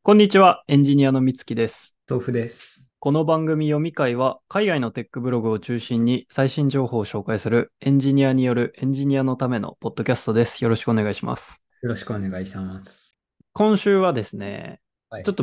こんにちは、エンジニアのみつきです。 豆腐です。 この番組読み会は、海外のテックブログを中心に最新情報を紹介するエンジニアによるエンジニアのためのポッドキャストです。よろしくお願いします。 よろしくお願いします。 今週はですね、 はい。 ちょっと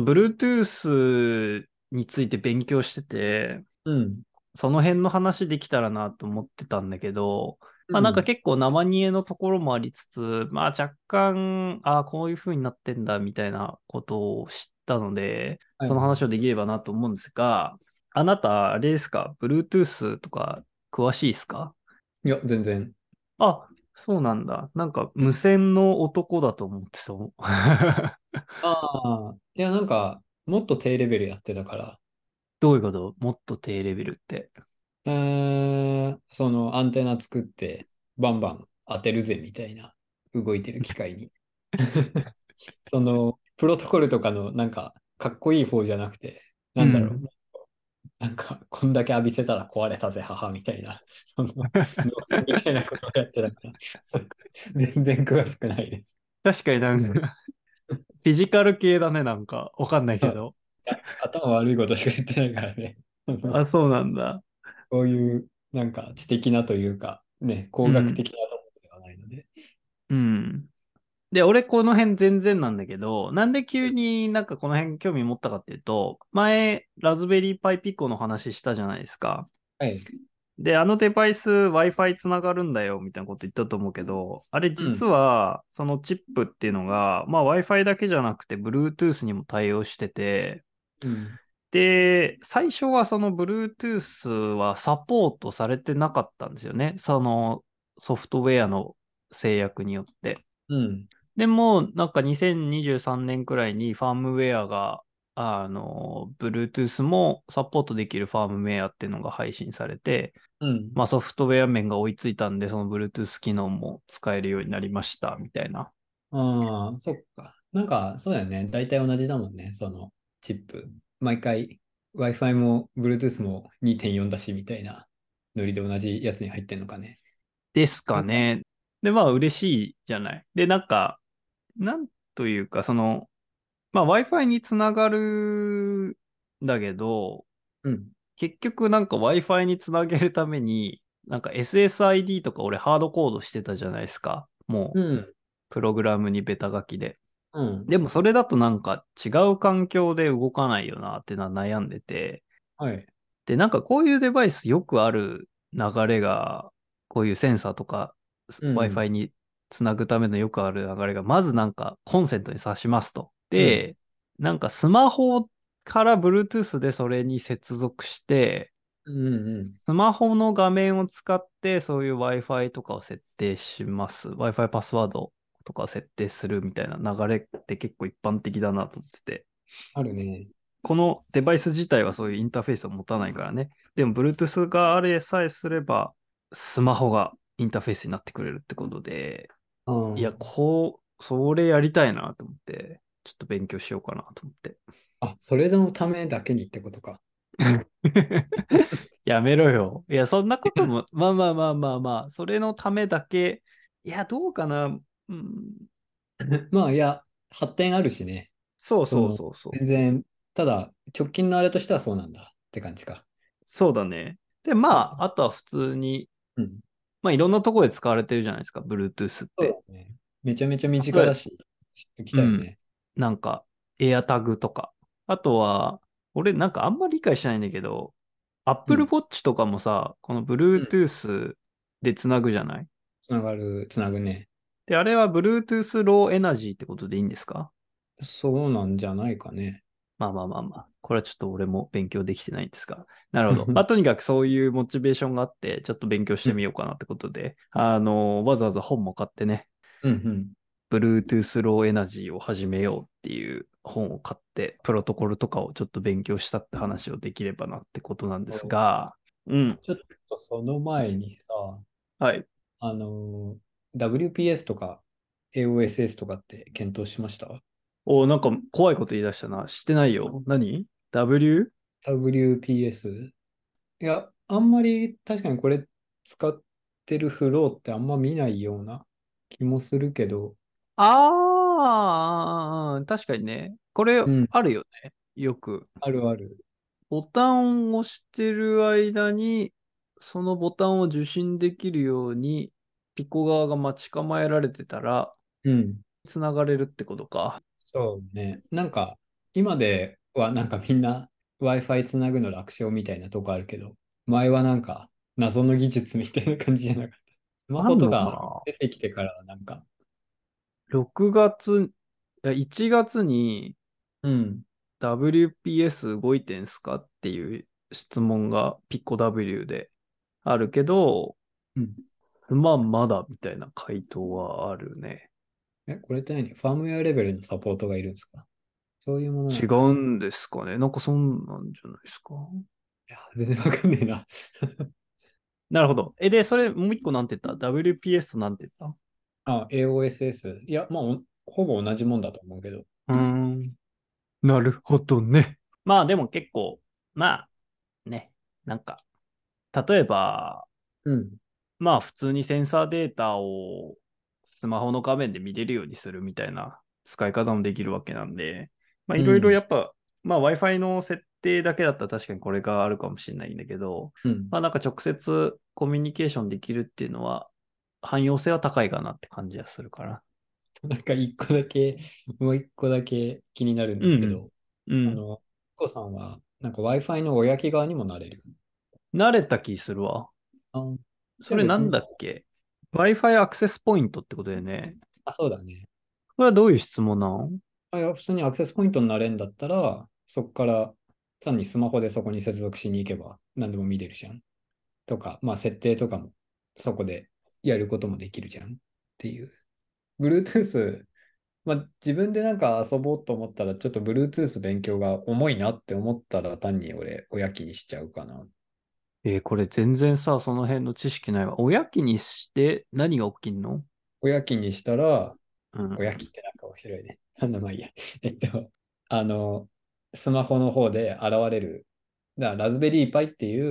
Bluetooth について勉強してて、 うん。 その辺の話できたらなと思ってたんだけど、なんかうん。 結構生煮えのところもありつつ、若干、こういう風になってんだみたいなことを知ったので、 はい。 その話をできればなと思うんですが、あなた、あれですか？ Bluetooth とか詳しいですか？ いや、全然。 あ、そうなんだ。なんか無線の男だと思ってそう。 ああ、いや、なんか、もっと低レベルやってたから、 どういうこと？もっと低レベルって。 そのアンテナ作って、バンバン当てるぜみたいな、動いてる機械に。その、プロトコルとかの、なんか、かっこいい方じゃなくて、なんだろう。 うん。 なんか、こんだけ浴びせたら壊れたぜ、母みたいな、その、みたいなことをやってたから、全然詳しくないです。 確かになんかフィジカル系だね、なんか。わかんないけど。 頭悪いことしか言ってないからね。 あ、そうなんだ。 こういう、なんか知的なというか、ね、工学うん。 的なところではないので。 うん。で、俺この辺全然なんだけど、なんで急になんかこの辺興味持ったかっていうと、前、ラズベリーパイピコの話したじゃないですか。 はい。 で、あのデバイス Wi-Fi つながるんだよみたいなこと言ったと思うけど、あれ実うん。 はそのチップっていうのが、Wi-Fi だけじゃなくて Bluetooth にも対応してて、 うん。 で、最初はその Bluetooth はサポートされてなかったんですよね。そのソフトウェアの制約によって。 うん。 でも、なんか2023年くらいにファームウェアが、Bluetooth もサポートできるファームウェアっていうのが配信されて、 うん。 ソフトウェア面が追いついたんで、その Bluetooth 機能も使えるようになりました、みたいな。 ああ、そっか。なんか、そうだよね。大体同じだもんね。そのチップ。毎回、Wi-Fi も Bluetooth も2.4だし、みたいなノリで同じやつに入ってんのかね。 ですかなんか、 ね。で、嬉しいじゃない。で、なんか、なんというか、Wi-Fi につながるんだけど、 うん。 結局なんか Wi-Fi につなげるために、なんか SSID とか俺ハードコードしてたじゃないですか。もう、 うん。 プログラムにベタ書きで。 うん。 でもそれだとなんか違う環境で動かないよなっていうのは悩んでて。 はい。 で、なんかこういうデバイスよくある流れが、こういうセンサーとかうん。 Wi-Fi につなぐためのよくある流れが、まずなんかコンセントに挿しますと。 うん。 で、なんかスマホから Bluetooth でそれに接続して、 うん。うん。 スマホの画面を使ってそういう Wi-Fi とかを設定します。Wi-Fi パスワードとかを設定するみたいな流れって結構一般的だなと思ってて。 あるね。 このデバイス自体はそういうインターフェースを持たないからね。でも Bluetooth があれさえすれば、スマホがインターフェースになってくれるってことで、 ういや、 ん。 それやりたいなと思って、ちょっと勉強しようかなと思って。 あ、それのためだけにってことか。 やめろよ。いや、そんなことも、それのためだけ、いや、どうかな。うん、 まあ、いや、発展あるしね。 そうそうその、 そうそう。 全然、ただ、直近のあれとしてはそうなんだって感じか。 そうだね。で、 あ、 あとは普通に、 うん。 いろんなところで使われてるじゃないですか、Bluetooth って。 そうだね。めちゃめちゃ身近例えば、 だし、知っておきうん。 たいよね。 なんか、エアタグとか。あとは、俺なんかあんまり理解しないんだけど、 う Apple ん。 Watch とかもさ、このうん。 Bluetooth でつなぐじゃない？ つなぐね。 で、あれは Bluetooth Low Energy ってことでいいんですか？ そうなんじゃないかね。 これはちょっと俺も勉強できてないんですが。なるほど。とにかくそういうモチベーションがあって、ちょっと勉強しうん。 てみようかなってことで、わざわざ本も買ってね、 うん。うん。 Bluetooth Low Energy を始めようっていう本を買って、プロトコルとかをちょっと勉強したって話をできればなってことなんですが、うん。 ちょっとその前にさ、 はい。 あの WPS とか AOSS とかって検討しました？ なんか怖いこと言い出したな。してないよ。何？ W？ WPS？ いや、あんまり確かにこれ使ってるフローってあんま見ないような気もするけど、 ああ、確かにね。これうん。 あるよね。よく。 あるある。 ボタンを押してる間に、そのボタンを受信できるように、ピコ側が待ち構えられてたら、 うん。 繋がれるってことか。 そうね。なんか、今ではなんかみんな Wi-Fi つなぐの楽勝みたいなとこあるけど、前はなんか謎の技術みたいな感じじゃなかった。スマあんのかホとかな？ 出てきてからはなんか、 6 月、いや1月にうん、 WPS 動いてんすかっていう質問がピコ W であるけど、 うん。 まあまだみたいな回答はあるね。 これって何ファームウェアレベルのサポートがいるんですか？そういうものな違のかな？いうんですかね。なんかそんなんじゃないですか。 や、全然わかんねえな。 なるほど。で、それもう一個なんて言った？ WPS となんて言っあ、AOSS。いや、まあ、ほぼ同じもんだと思うけど。 た？なるほどね。まあでも結構、まあね、なんか、例えば、 うん。 まあ普通にセンサーデータをスマホの画面で見れるようにするみたいな使い方もできるわけなんで、まあいろいろうん。 やっぱ、まあ Wi-Fi の設定だけだったら確かにこれがあるかもしれないんだけど、 うん。 まあなんか直接コミュニケーションできるっていうのは汎用性は高いかなって感じはするから。 なんか一個だけ、もう一個だけ気になるんでうん。 すけど、 うん。 あの、コさんは、なんか Wi-Fi の親機側にもなれる。 慣れた気するわ。 あ、じそれなんゃあ別に、 だっけ？ ?Wi-Fi アクセスポイントってことだよね。 あ、そうだね。 これはどういう質問なの？ いや普通にアクセスポイントになれんだったら、そこから単にスマホでそこに接続しに行けば何でも見れるじゃん。とか、まあ設定とかもそこでやることもできるじゃんっていう。Bluetooth、まあ自分でなんか遊ぼうと思ったら、ちょっと Bluetooth 勉強が重いなって思ったら単に俺、おやきにしちゃうかな。 これ全然さ、その辺の知識ないわ。おやきにして何が起きんの？ おやきにしたら、 うん。 おやきってなんか面白いね。なんだまあいいや。あの、スマホの方で現れる、だからラズベリーパイっていう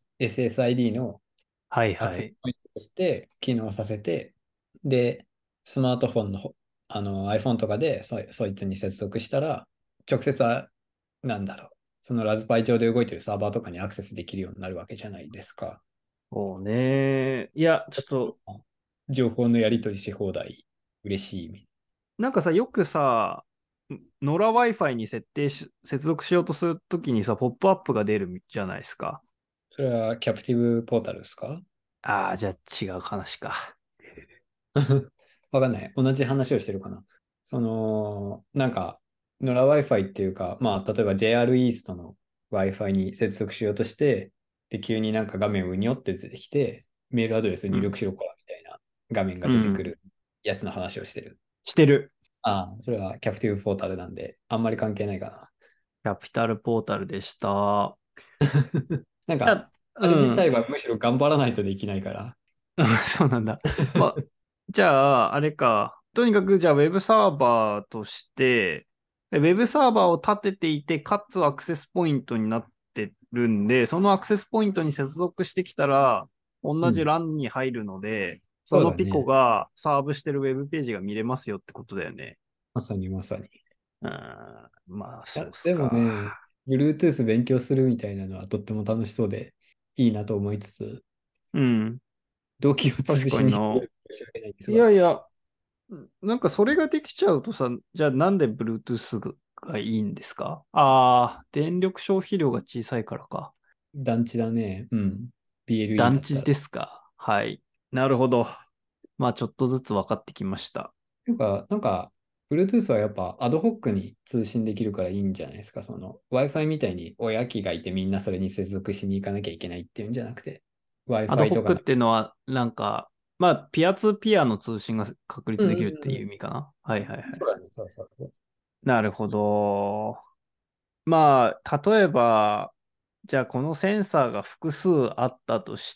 SSID のアクセスはいはい。 ポイントとして機能させて、で、スマートフォンのiPhone とかでそいつに接続したら、直接は、なんだろう、そのラズパイ上で動いてるサーバーとかにアクセスできるようになるわけじゃないですか。 そうね。いや、ちょっと、 情報のやり取りし放題、嬉しい。 なんかさ、よくさ、ノラ Wi-Fi に接続しようとするときにさ、ポップアップが出るじゃないですか。 それはキャプティブポータルですか？ ああ、じゃあ違う話か。 わかんない。同じ話をしてるかな。なんか、ノラ Wi-Fi っていうか、まあ、例えば JR イーストの Wi-Fi に接続しようとして、で、急になんか画面うにょって出てきて、メールアドレスうん。 入力しろこらみたいな画面がうん。 出てくるやつの話をしてる。 してる。 ああ、それはキャプティブポータルなんで、あんまり関係ないかな。 キャピタルポータルでした。 なんか、 いや、 あれ自体うん。 はむしろ頑張らないとできないから。 そうなんだ。まあ、じゃあ、あれか。とにかく、じゃあ、ウェブサーバーとして、ウェブサーバーを立てていて、かつアクセスポイントになってるんで、そのアクセスポイントに接続してきたら、同じうん。 LAN に入るので、そのピコそうだね。 がサーブしてるウェブページが見れますよってことだよね。 まさにまさに。 うん、まあ、 いや、 そうっすでもか。 ね、Bluetooth 勉強するみたいなのはとっても楽しそうでいいなと思いつつ、 うん。 動機を確潰しにかにな。 申し訳ないんですいが、 やいや、なんかそれができちゃうとさ、じゃあなんで Bluetooth がいいんですか？ああー、電力消費量が小さいからか。 団地だね。うん。BLE だったら。 団地ですか。はい。なるほど。まあちょっとずつ分かってきました。 なんか、Bluetooth はやっぱアドホックに通信できるからいいんじゃないですか。Wi-Fi みたいに親機がいてみんなそれに接続しに行かなきゃいけないっていうんじゃなくて、 アド Wi-Fi ホックっとかの。 ていうのは、なんか、まあ、ピアツーピアの通信が確うん立できるっていう意うんうん。 味かな。はいはいはい。 そうだね。そうそうそう。 なるほど。まあ、例えば、じゃあこのセンサーが複数あったとして、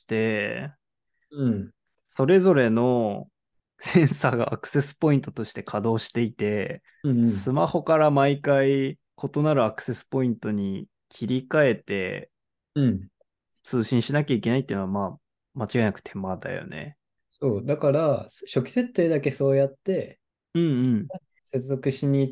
うん。 それぞれのセンサーがアクセスポイントとして稼働していて、 うんうん。 スマホから毎回異なるアクセスポイントに切り替えてうん。 通信しなきゃいけないっていうのは、まあ、間違いなく手間だよね。 そう。だから、初期設定だけそうやって、 うんうん。 接続しに行って、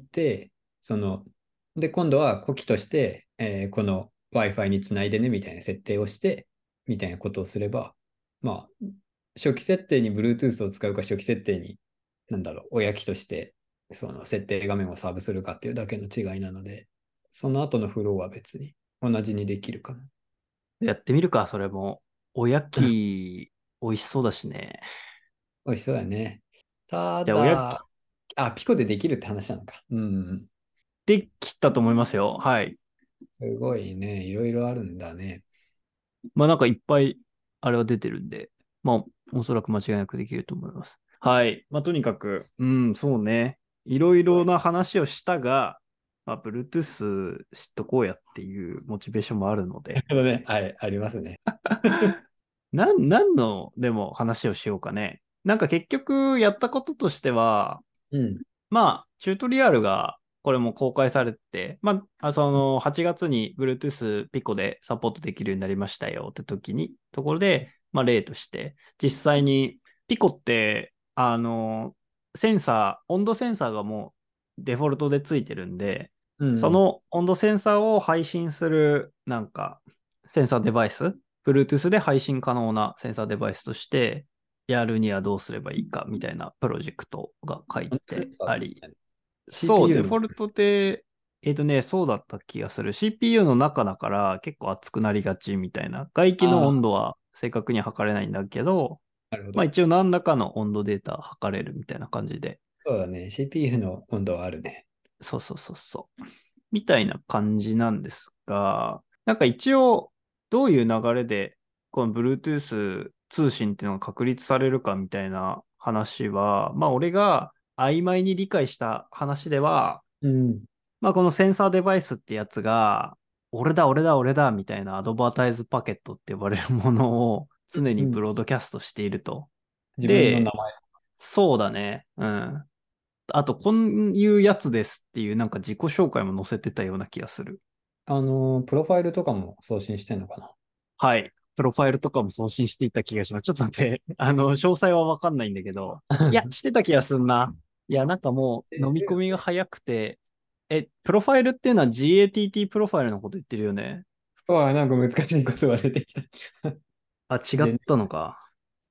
その、で、今度は呼気として、この Wi-Fi につないでねみたいな設定をして、みたいなことをすれば、まあ、初期設定に Bluetooth を使うか、初期設定に、親機として、その設定画面をサーブするかっていうだけの違いなので、その後のフローは別に同じにできるかな。 やってみるか、それも。おやき、美味しそうだしね。 美味しそうだね。たじゃあ、おやきだ、ピコでできるって話なのか。うん。 できたと思いますよ。はい。 すごいね。いろいろあるんだね。 まあなんかいっぱい、あれは出てるんで、まあ、おそらく間違いなくできると思います。はい。まあとにかく、そうね。いろいろな話をしたが、まあ、Bluetooth 知っとこうやっていうモチベーションもあるので、 なるほどね。はい、ありますね。 何の、でも話をしようかね。なんか結局やったこととしては、 うん。 まあ、チュートリアルがこれも公開されてて、まあ、その8月に Bluetooth Pico でサポートできるようになりましたよってところで、まあ例として、実際に Pico って、温度センサーがもうデフォルトでついてるんで、そうん。 の温度センサーを配信するなんかセンサーデバイス、Bluetooth で配信可能なセンサーデバイスとしてやるにはどうすればいいかみたいなプロジェクトが書いセンてあり、 サーついてる。 そう、デ CPU の。 フォルトで、そうだった気がする。CPU の中だから結構熱くなりがちみたいな。外気のああ、 温度は正確に測れないんだけど、 なるほど。 まあ一応何らかの温度データ測れるみたいな感じで。 そうだね。CPU の温度はあるね。 そうそうそうそう。みたいな感じなんですが、なんか一応どういう流れでこの Bluetooth 通信っていうのが確立されるかみたいな話は、まあ俺が曖昧に理解した話では、 うん。 まあ、このセンサーデバイスってやつが、俺だ、俺だ、俺だ、みたいなアドバタイズパケットって呼ばれるものを常うん。 にブロードキャストしていると。 自分の名で、 前。 そうだね。うん。あと、こういうやつですっていうなんか自己紹介も載せてたような気がする。 プロファイルとかも送信してんのかな。 はい。プロファイルとかも送信していた気がします。ちょっと待って。詳細はわかんないんだけど。いや、してた気がすんな。いや、なんかもう飲み込みが早くて、プロファイルっていうのは GATT プロファイルのこと言ってるよね。 なんか難しいことが出てきた。 あ、違っで、 たのか。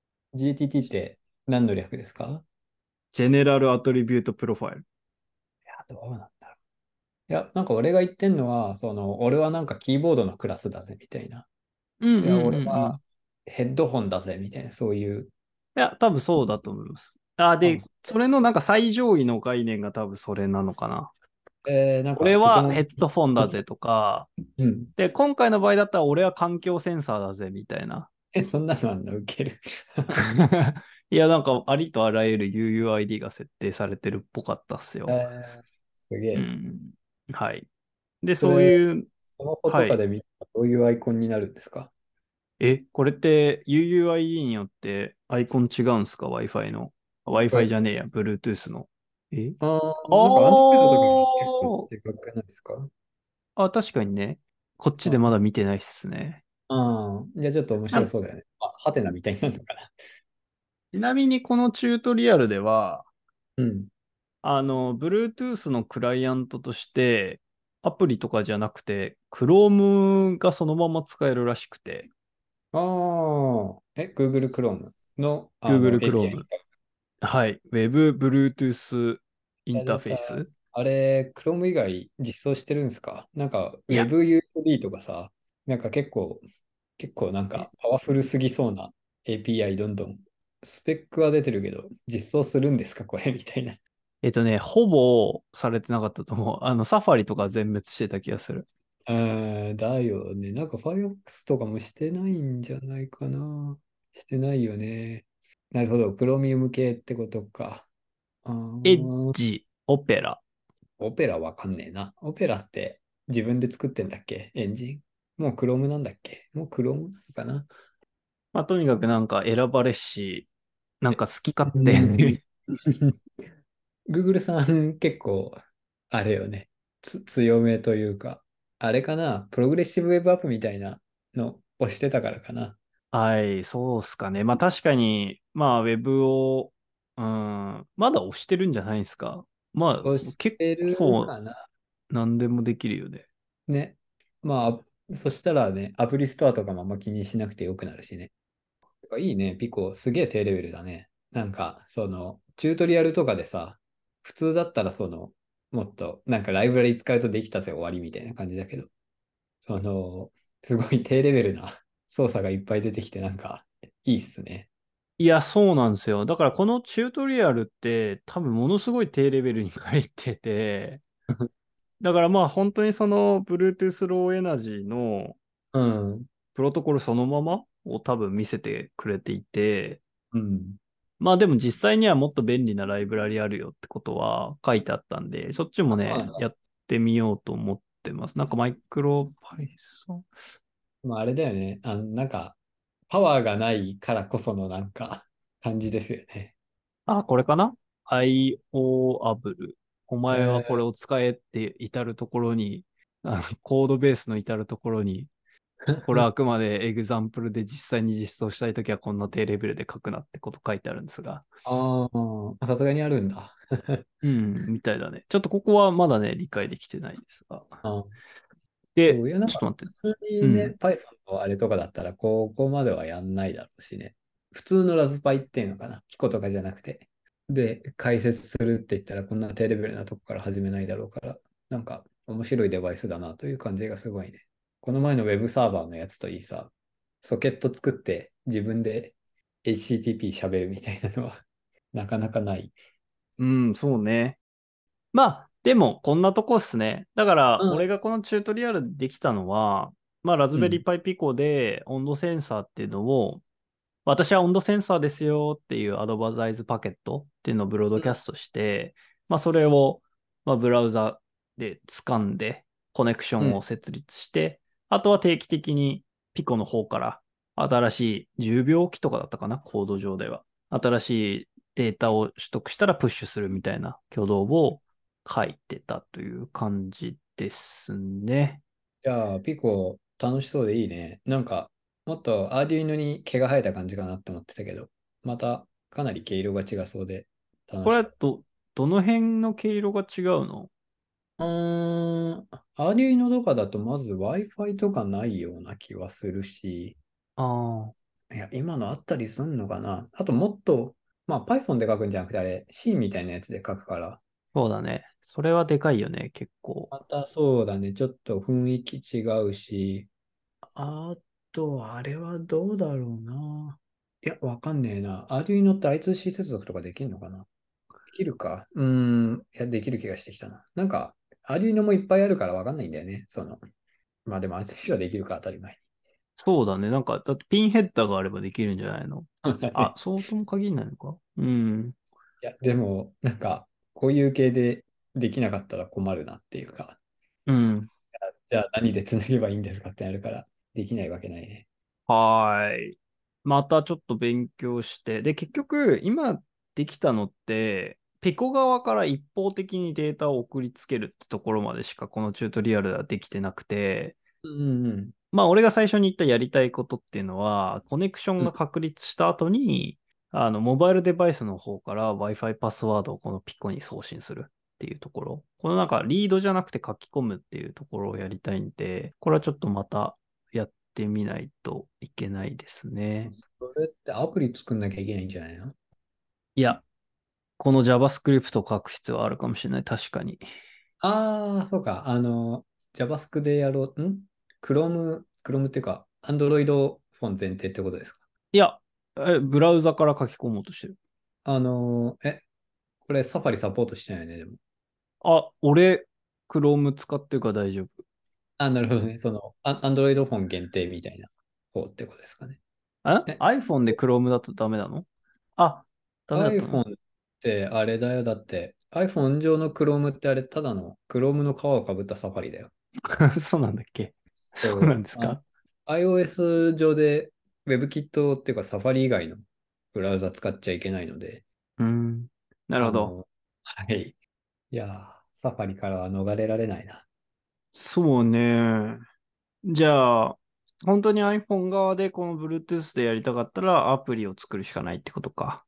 GTT って何の略ですか？ ジェネラルアトリビュートプロファイル。 どうなんだろう。いや、なんか俺が言ってんのは、俺はなんかキーボードのクラスだぜ、みたいな。いや、 うんうん俺はうんうん。 ヘッドホンだぜ、みたいな、そういう。 いや、多分そうだと思います。あ、 あ、 で、それのなんか最上位の概念が多分それなのかな。 なんかとて俺はヘも、 ッドフォンだぜとか、 うん。 で、今回の場合だったら俺は環境センサーだぜみたいな。 そんなのあんのウケる。 いや、なんかありとあらゆる UUID が設定されてるっぽかったっすよ。 すげうえな。 ん。はい。で、そうそれ、 いう、 スマホとはい。 かで見たらどういうアイコンになるんですか？ これって UUID によってアイコン違うんすか？ Wi-Fi の。Wi-Fi じゃねえや、Bluetooth の。あなんか Android とかも結構ー違くないですか？ あ、確かにね。こっちでまだ見てないっすね。 じゃあちょっと面なん白そうだよね。ハテナみたいになるのかな。 ちなみにこのチュートリアルでは、 うん。 Bluetooth のクライアントとして、アプリとかじゃなくて、Chrome がそのまま使えるらしくて、 Google Chrome の、 Google Chrome。 API。 はい。Web Bluetooth インター出た。 フェース。 あれ、Chrome 以外実装してるんですか？なんかいや、 WebUSD とかさ、なんか結構なんえかパワフルすぎそうな API どんどんスペックは出てるけど、実装するんですかこれみたいな。 ほぼされてなかったと思う。サファリとか全滅してた気がする。 だよね。なんか Firefox とかもしてないんじゃないかな。してないよね。なるほど。Chromium 系ってことか。 エッジ、オペラ。 オペラわかんねえな。オペラって自分で作ってんだっけエンジン。もう Chrome なんだっけ？もう Chrome なのかな？ まあ、とにかくなんか選ばれし、なんか好き勝うん。 手。 Google さん結構、あれよね。強めというか、あれかな。プログレッシブウェブアップみたいなのをしてたからかな。 はい、そうっすかね。まあ確かに、まあウェブを、まだ押してるんじゃないですか。 まあ、 押し結てる構かな。 何でもできるよね。 ね。まあ、そしたらね、アプリストアとかもあんま気にしなくてよくなるしね。いいね、ピコ。すげえ低レベルだね。なんか、チュートリアルとかでさ、普通だったらもっと、なんかライブラリ使うとできたぜ終わりみたいな感じだけど、その、すごい低レベルな操作がいっぱい出てきて、なんか、いいっすね。 いや、そうなんですよ。だからこのチュートリアルって多分ものすごい低レベルに書いてて、だからまあ本当にその Bluetooth Low Energy のうん。 プロトコルそのままを多分見せてくれていて、 うん。 まあでも実際にはもっと便利なライブラリあるよってことは書いてあったんで、そっちもあ、そうなね、 んだ。 やってみようと思ってます。なんかマイクロ Python。 まあ、あれだよね。なんか、パワーがないからこそのなんか、感じですよね。 あ、これかな？ ?IOAble。お前はこれえを使えって至るところに、コードベースの至るところに、これはあくまでエグザンプルで実際に実装したいときはこんな低レベルで書くなってこと書いてあるんですが。 ああ、さすがにあるんだ。 うん、みたいだね。ちょっとここはまだね、理解できてないですが。 あ、そで、 ういう、なんか、 ちょっと待って。 普通にね、 うん。 Python のあれとかだったら、ここまではやんないだろうしね。普通のラズパイっていうのかな。ピコとかじゃなくて。で、解説するって言ったら、こんな低レベルなとこから始めないだろうから、なんか、面白いデバイスだなという感じがすごいね。この前の Web サーバーのやつといいさ、ソケット作って自分で HTTP 喋るみたいなのはなかなかない。 うん、そうね。まあ、でも、こんなとこっすね。だから、 うん、 俺がこのチュートリアルできたのは、まあ、ラズうん、 ベリーパイピコで温度センサーっていうのを、私は温度センサーですよっていうアドバタイズパケットっていうのをブロードキャストして、まあ、それを、まあ、ブラウザで掴んで、コネクショうん。 ンを設立して、あとは定期的にピコの方から新しい10秒おきとかだったかな、コード上では。新しいデータを取得したらプッシュするみたいな挙動を書いてたという感じですね。 じゃあ、ピコ楽しそうでいいね。なんか、もっとアーデュイノに毛が生えた感じかなって思ってたけど、またかなり毛色が違そうで楽こしそれどの辺の毛色が違うの？ う。アーデュイノとかだとまず Wi-Fi とかないような気はするし、 ああー。 いや、今のあったりすんのかな。あともっと、まあ Python で書くんじゃなくてあれ、C みたいなやつで書くから、 そうだね。それはでかいよね、結構。 またそうだね、ちょっと雰囲気違うし、あと、あれはどうだろうな。いや、わかんねえな。Arduino って I2C 接続とかできるのかな？できるか。いや、できる気がしてきたな。なんか、Arduino もいっぱいあるからわかんないんだよね。まあでも I2C はできるか、当たり前そうだね。なんか、だってピンヘッダーがあればできるんじゃないの？ に。そうだあ、 ね。 そうとも限らないのか？うん。 いや、でも、なんか、こういう系でできなかったら困るなっていうか、 うん。 じゃあ何でつなげばいいんですかってなるから、できないわけないね。 はーい。またちょっと勉強して。で、結局、今できたのって、ピコ側から一方的にデータを送りつけるってところまでしかこのチュートリアルではできてなくて、 うんうん。 まあ、俺が最初に言ったやりたいことっていうのは、コネクションうん。 が確立した後に、モバイルデバイスの方から Wi-Fi パスワードをこのピコに送信するっていうところ。このなんかリードじゃなくて書き込むっていうところをやりたいんで、これはちょっとまたやってみないといけないですね。 それってアプリ作んなきゃいけないんじゃないの？ いや、この JavaScript を書く必要はあるかもしれない。確かに。 ああ、そうか。JavaScript でやろう。Chrome っていうか、Android フォン前提ってことですか？ いや、ブラウザから書き込もうとしてる。 これサファリサポートしてないよね、でも。 あ、俺、Chrome 使ってるから大丈夫。 あ、なるほどね。Android フォン限定みたいな方ってことですかね。ね、 iPhone で Chrome だとダメなの？あ、ダメだったの？ iPhone ってあれだよ。だって、iPhone 上の Chrome ってあれ、ただの Chrome の皮をかぶったサファリだよ。 そうなんだっけ？そうなそう、 んですか？ iOS 上で WebKit っていうかサファリ以外のブラウザ使っちゃいけないので、 うん。なるほど。 あの、はい。いやー、サファリからは逃れられないな。 そうね。じゃあ、本当に iPhone 側でこの Bluetooth でやりたかったらアプリを作るしかないってことか。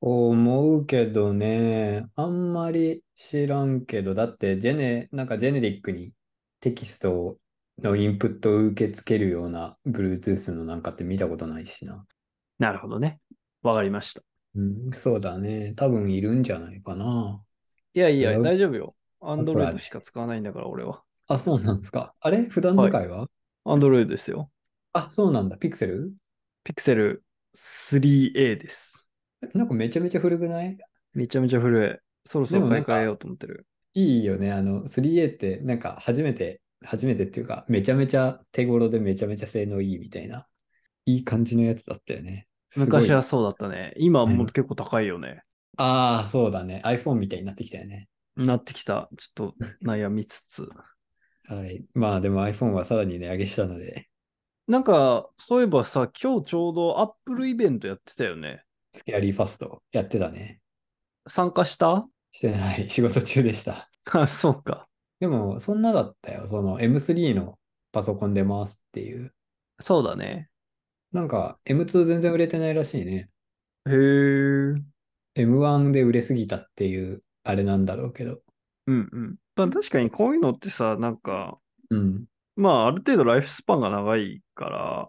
思うけどね、あんまり知らんけど、だってなんかジェネリックにテキストのインプットを受け付けるような Bluetooth のなんかって見たことないしな。 なるほどね。わかりました。 うん、そうだね。多分いるんじゃないかな。 いやいや、 俺は、 大丈夫よ。 ほら Android しね。 か使わないんだから、俺は。 あ、そうなんですか。あれ普段はい。 使いは？ Android ですよ。 あ、そうなんだ。ピクセル？ Pixel 3A です。 なんかめちゃめちゃ古くない？ めちゃめちゃ古い。そろそでろもなんか買い替えようと思ってる。 いいよね。3A ってなんか初めてっていうか、めちゃめちゃ手頃でめちゃめちゃ性能いいみたいな、いい感じのやつだったよね。すごい。 昔はそうだったね。今はうん。 もう結構高いよね。 ああ、そうだね。iPhone みたいになってきたよね。 なってきた。ちょっと悩みつつ。 はい。まあでも iPhone はさらに値上げしたので、 なんか、そういえばさ、今日ちょうど Apple イベントやってたよね。 スケアリーファストやってたね。 参加した？ してない。仕事中でした。 あ、そうか。 でも、そんなだったよ。その M3 のパソコン出ますっていう。 そうだね。 なんか M2 全然売れてないらしいね。 へえ。うん M1 で売れすぎたっていう、あれなんだろうけど。 うん。まあ確かにこういうのってさ、なんか、 うん。 まあある程度ライフスパンが長いから、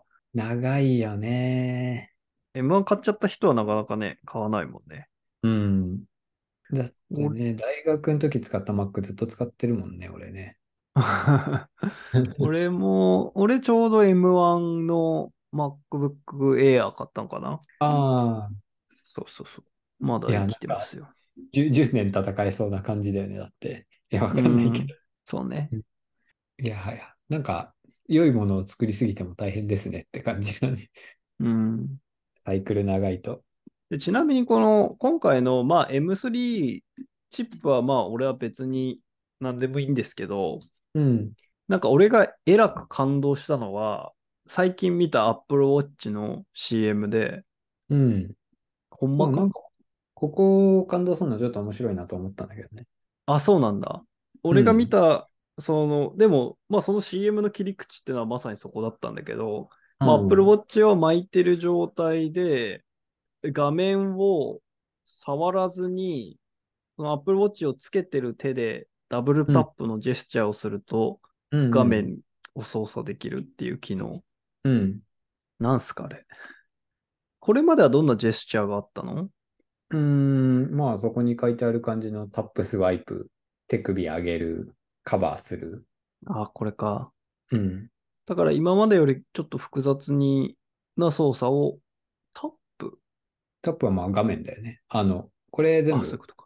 長いよね。 M1 買っちゃった人はなかなかね、買わないもんね。 うん。だって俺ね、大学の時使った Mac ずっと使ってるもんね、俺ね。 俺ちょうど M1 の MacBook Air 買ったのかな。 ああ、 そうそうそう。まだいや、 生きなんかてますよ。 10年戦えそうな感じだよね、だって。いや、わうかんないけど。 ん。そうね。 いやはや、なんか、良いものを作りすぎても大変ですねって感じだね。 うん。 サイクル長いと。 で、ちなみに今回の、まあ、M3 チップは、まあ、俺は別に何でもいいんですけど、 うん、 なんか俺がえらく感動したのは、最近見た Apple Watch の CM で、 うん。 ほんまか？ そう、なんか、ここを感動するのちょっと面白いなと思ったんだけどね。 あ、そうなんだ。俺が見うん、 た、でも、まあその CM の切り口ってのはまさにそこだったんだけど、まあ Apple うん、 Watch を巻いてる状態で、画面を触らずに、その Apple Watch をつけてる手でダブルうん、 タップのジェスチャーをすると、 うん、うん。 画面を操作できるっていう機能。 うん。 なんすかあれ。これまではどんなジェスチャーがあったの？ まあそこに書いてある感じのタップスワイプ、手首上げる、カバーする。 あ、これか。 うん。 だから今までよりちょっと複雑な操作をタップ。 タップはまあ画面だよね。これ全あ、そういう部。 ことか。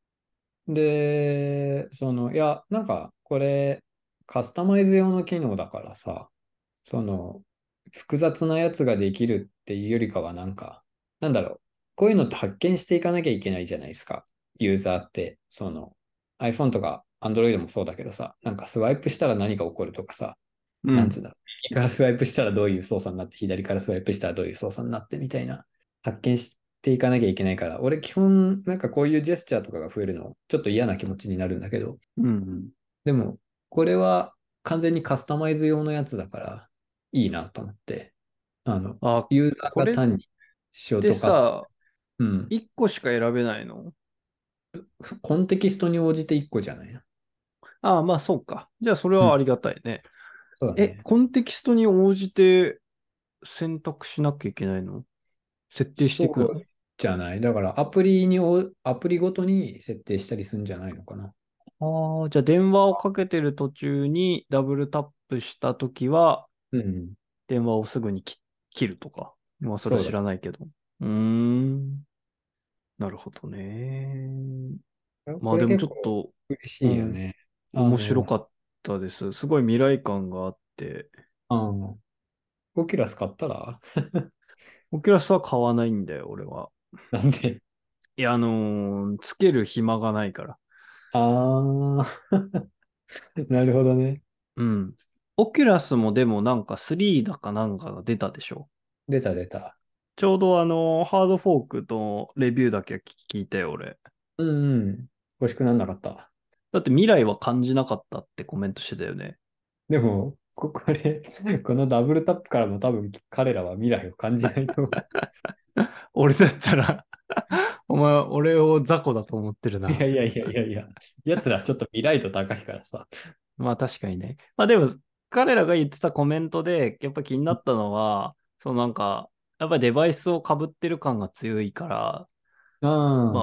で、いや、なんかこれカスタマイズ用の機能だからさ、その、複雑なやつができるっていうよりかはなんか、なんだろう。こういうのって発見していかなきゃいけないじゃないですか。ユーザーって、iPhone とか Android もそうだけどさ、なんかスワイプしたら何が起こるとかさ、 うん。 なんつうんだろう。右からスワイプしたらどういう操作になって、左からスワイプしたらどういう操作になってみたいな、発見していかなきゃいけないから、俺基本なんかこういうジェスチャーとかが増えるの、ちょっと嫌な気持ちになるんだけど、 うん。 でも、これは完全にカスタマイズ用のやつだから、いいなと思って、 あ、 ユーザーこれっが単にショーてトカット、 さ、 うん、 1個しか選べないの？ コンテキストに応じて1個じゃないな。 ああ、まあそうか。じゃあそれうん、 はありがたいね。 そうだね。 コンテキストに応じて選択しなきゃいけないの？設定していくの？ そうじゃない。だからアプリごとに設定したりするんじゃないのかな。 ああ、じゃあ電話をかけてる途中にダブルタップしたときは、 うん、 電話をすぐに切るとか。まあそれは知そうだ。 らないけど。うーん。なるほどね。まこれあでもちょ結構っと、 嬉うん、 しいよね。 面白かったです。すごい未来感があって。 あの、オキュラス買ったら？ オキュラスは買わないんだよ、俺は。 なんで？ いや、つける暇がないから。 ああー、なるほどね。 うん。オキュラスもでもなんか3だかなんかが出たでしょ。 出た出た。 ちょうどハードフォークのレビューだけ聞いたよ、俺。 うんうん。欲しくなんなかった。 だって未来は感じなかったってコメントしてたよね。 でも、これ、このダブルタップからも多分彼らは未来を感じないと。 俺だったらお前、俺を雑魚だと思ってるいやな。 いやいやいやいや、奴らちょっと未来度高いからさ。 まあ確かにね。まあでも、彼らが言ってたコメントで、やっぱ気になったのは、なんか、やっぱりデバイスを被ってる感が強いから、 うん。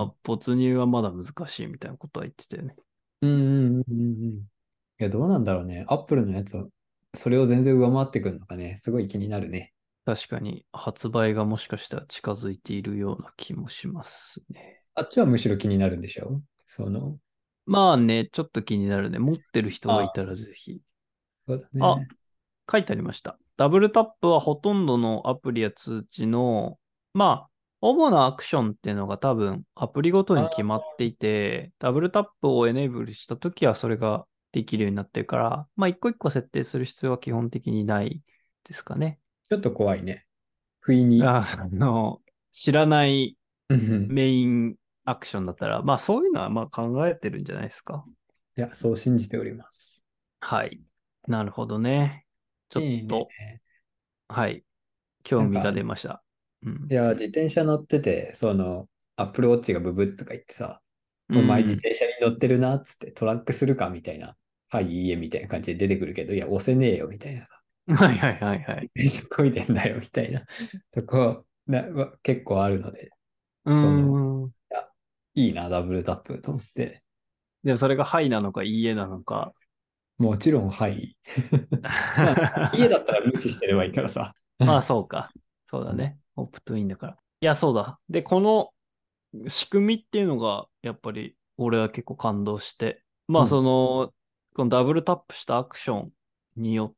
うんまあ没入はまだ難しいみたいなことは言ってたよね。 うんうんうんうん。いや、どうなんだろうね。アップルのやつを、それを全然上回ってくるのかね。すごい気になるね。 確かに発売がもしかしたら近づいているような気もしますね。 あっちはむしろ気になるんでしょまあね、ちょっと気になるね。持ってる人がいあ、 たらぜひ。 そうだあ、 ね。 書いてありました。ダブルタップはほとんどのアプリや通知の、まあ、主なアクションっていうのが多分アプリごとに決まあ、 っていて、ダブルタップをエネーブルしたときはそれができるようになってるから、まあ一個一個設定する必要は基本的にないですかね。 ちょっと怖いね。不意に。 知らないうんメインアクションだったら、まあそういうのはまあ考えてるんじゃないですか。 いや、そう信じております。 はい。なるほどね。ちょっいいね。 と、はい。興味がなんか、 出ました。うん。 いや、自転車乗ってて、アップルウォッチがブブッとか言ってさ、お前自うん。 転車に乗ってるなっつってトラックするかみたいな。はい、いいえみたいな感じで出てくるけど、いや、押せねえよみたいな。 はいはいはいはい。 自転車こいでんだよみたいなとこ結構あるので、 うーその、 ん。 いや、いいな、ダブルタップと思って。 でもそれがはいなのかいいえなのか。 もちろん、はい。まあ、家だったら無視してればいいからさ。 まあそうか。そうだうん。 ね。オプトインだから。いや、そうだ。で、この仕組みっていうのが、やっぱり俺は結構感動して。まあうんこのダブルタップしたアクションによって、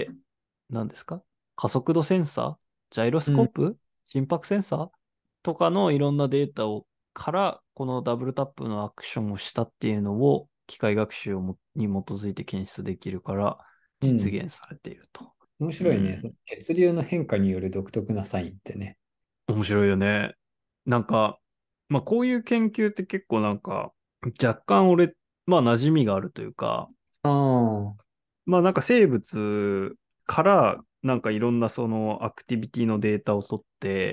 何ですか、加速度センサー、ジャイロスうん。 コープ、心拍センサーとかのいろんなデータから、このダブルタップのアクションをしたっていうのを機械学習に基づいて検出できるから実うん。 現されていると。 面う白いね。そのん。 血流の変化による独特なサインってね。 面白いよね。なんか、まあこういう研究って結構なんか、若干俺、まあ馴染みがあるというか、 ああ、 まあなんか生物からなんかいろんなそのアクティビティのデータを取って、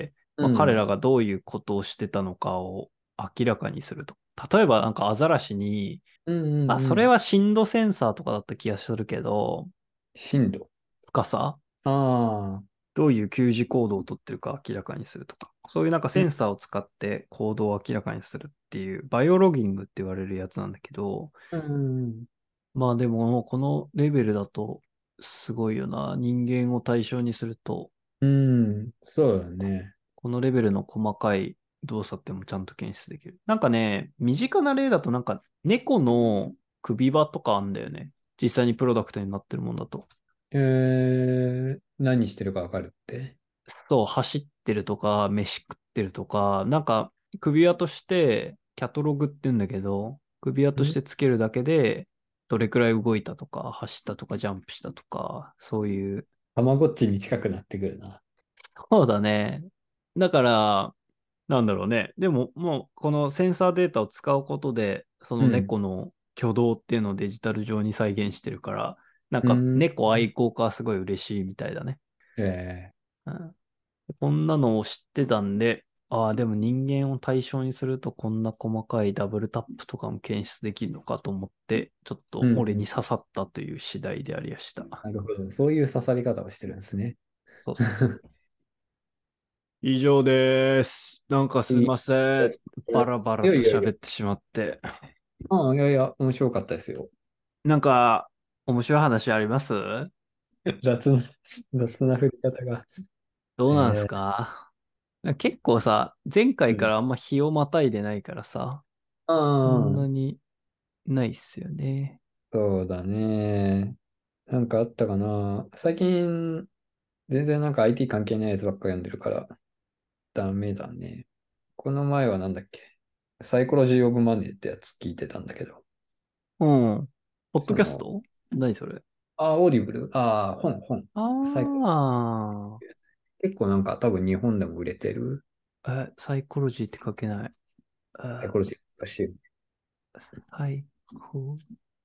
まあ彼うん。 らがどういうことをしてたのかを明らかにすると。例えばなんかアザラシに、 うんうあ、 んうん。 それは深度センサーとかだった気がするけど、 深度。 深さ、 ああ、 どういう給仕行動をとってるか明らかにするとか、そういうなんかうんセンサーを使って行動を明らかにするっていうバイオロギングって言われるやつなんだけど、 うんまあでももうこのレベルだとすごいよな。人間を対象にすると、 うん、そうだね。 このレベルの細かい動作ってもちゃんと検出できる。なんかね、身近な例だとなんか猫の首輪とかあんだよね。実際にプロダクトになってるもんだと。 何してるかわかるって。 そう、走ってるとか、飯食ってるとか、なんか首輪として、キャトログって言うんだけど、首輪としんてつけるだけで、どれくらい動いたとか、走ったとか、ジャンプしたとか、そういうたまごっちに近くなってくるな。 そうだね。だから、なんだろうね。でも、もう、このセンサーデータを使うことで、そのうん。 猫の挙動っていうのをデジタル上に再現してるから、なんか、 うん。 猫愛好家はすごい嬉しいみたいだね。 えうん、こんなのを知ってたんで、ああ、でも人間を対象にするとこんな細かいダブルタップとかも検出できるのかと思って、ちょっと俺うん。 に刺さったという次第でありやした。 なるほど。そういう刺さり方をしてるんですね。 そうそうそう。以上です。なんかすいいいません。 です。 バラバラといやいやいや。 喋ってしまって。 ああ、いやいや、面白かったですよ。 なんか、面白い話あります？ 雑な、雑な振り方が。 どうなんすえか？結構さ、前回かうん。 らあんま日をまたいでないからさ、 あそんなあ、 にないっすよね。 そうだね。なんかあったかな。最近、全然なんか IT 関係ないやつばっか読んでるから、ダメだね。この前はなんだっけ。サイコロジー・オブ・マネーってやつ聞いてたんだけど、 うん。ポッドその、 キャスト？何それ？ オーディブル本。サイコロジあー。結構なんか多分日本でも売れてる。 あー、サイコロジーって書けない。 サイコロジー難しい。 サイコ、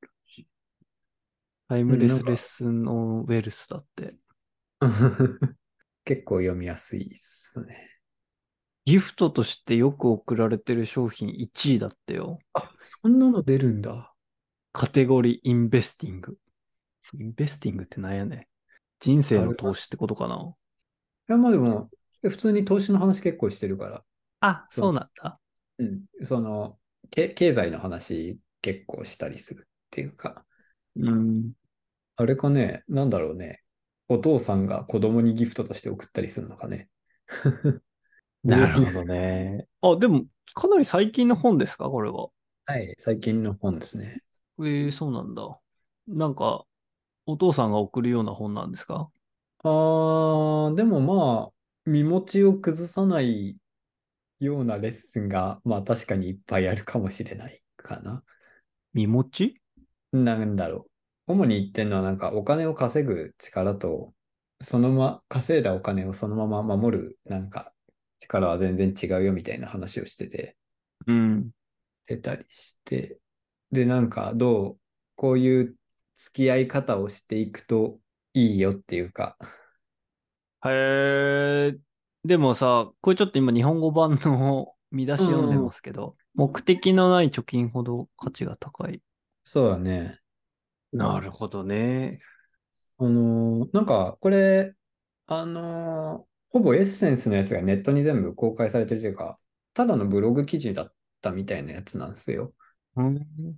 タイうん、 ムレスレッなんかスンオンウェルスだって。 結構読みやすいっすね。 ギフトとしてよく送られてる商品1位だってよ。 あ、そんなの出るんだ。 カテゴリーインベスティング。インベスティングってなんやねん。人生のある。 投資ってことかな。 いや、まあでも、普通に投資の話結構してるから、 あ、 その、 そうなんだ。 うん、経済の話結構したりするっていうか、 うん。 あれかね、なんだろうね。お父さんが子供にギフトとして送ったりするのかね。どういう、 なるほどね。あ、でも、かなり最近の本ですかこれは。 はい、最近の本ですね。 そうなんだ。なんか、お父さんが送るような本なんですか？ でもまあ、身持ちを崩さないようなレッスンが、まあ確かにいっぱいあるかもしれないかな。 身持ち。 なんだろう。主に言ってるのはなんかお金を稼ぐ力と、そのま、稼いだお金をそのまま守るなんか力は全然違うよみたいな話をしてて、 うん。 出たりして、で、なんかこういう付き合い方をしていくといいよっていうか、 へえ。でもさ、これちょっと今日本語版の見出し読んでうん、 ますけど、目的のない貯金ほど価値が高い。 そうだね。 なるほどね。 なんかこれ、ほぼエッセンスのやつがネットに全部公開されてるというか、ただのブログ記事だったみたいなやつなんですよ。 うん。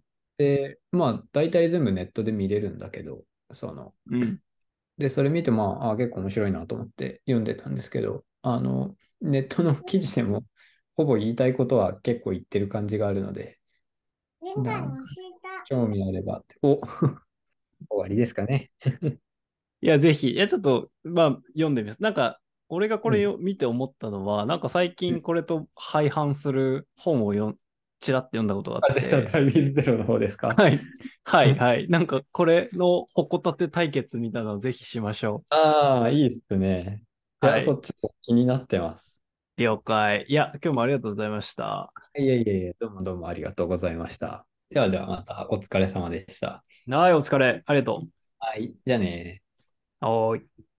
で、まあ、大体全部ネットで見れるんだけど、 うん。 で、それ見て、まあ、結構面白いなと思って読んでたんですけど、ネットの記事でも、ほぼ言いたいことは結構言ってる感じがあるので、なんか、興味あればって、終わりですかね。 いや、ぜひ。いや、ちょっと、まあ、読んでみます。なんか、俺がこうん。 れを見て思ったのは、なんか最近これと相反する本をちらっと読んだことがあっあ、でさ、 て、 ダイビングゼロの方ですか？ はい。はい、はい。なんか、これのほこたて対決みたいなのをぜひしましょああ、いいっすね。 う。 いや、 はい。 そっちも気になってます。 了解。いや、今日もありがとうございました。 いえいえいえ、どうもどうもありがとうございました。ではではまたお疲れ様でした。 はい、お疲れ。ありがとはい、じゃあね。 う。はーい。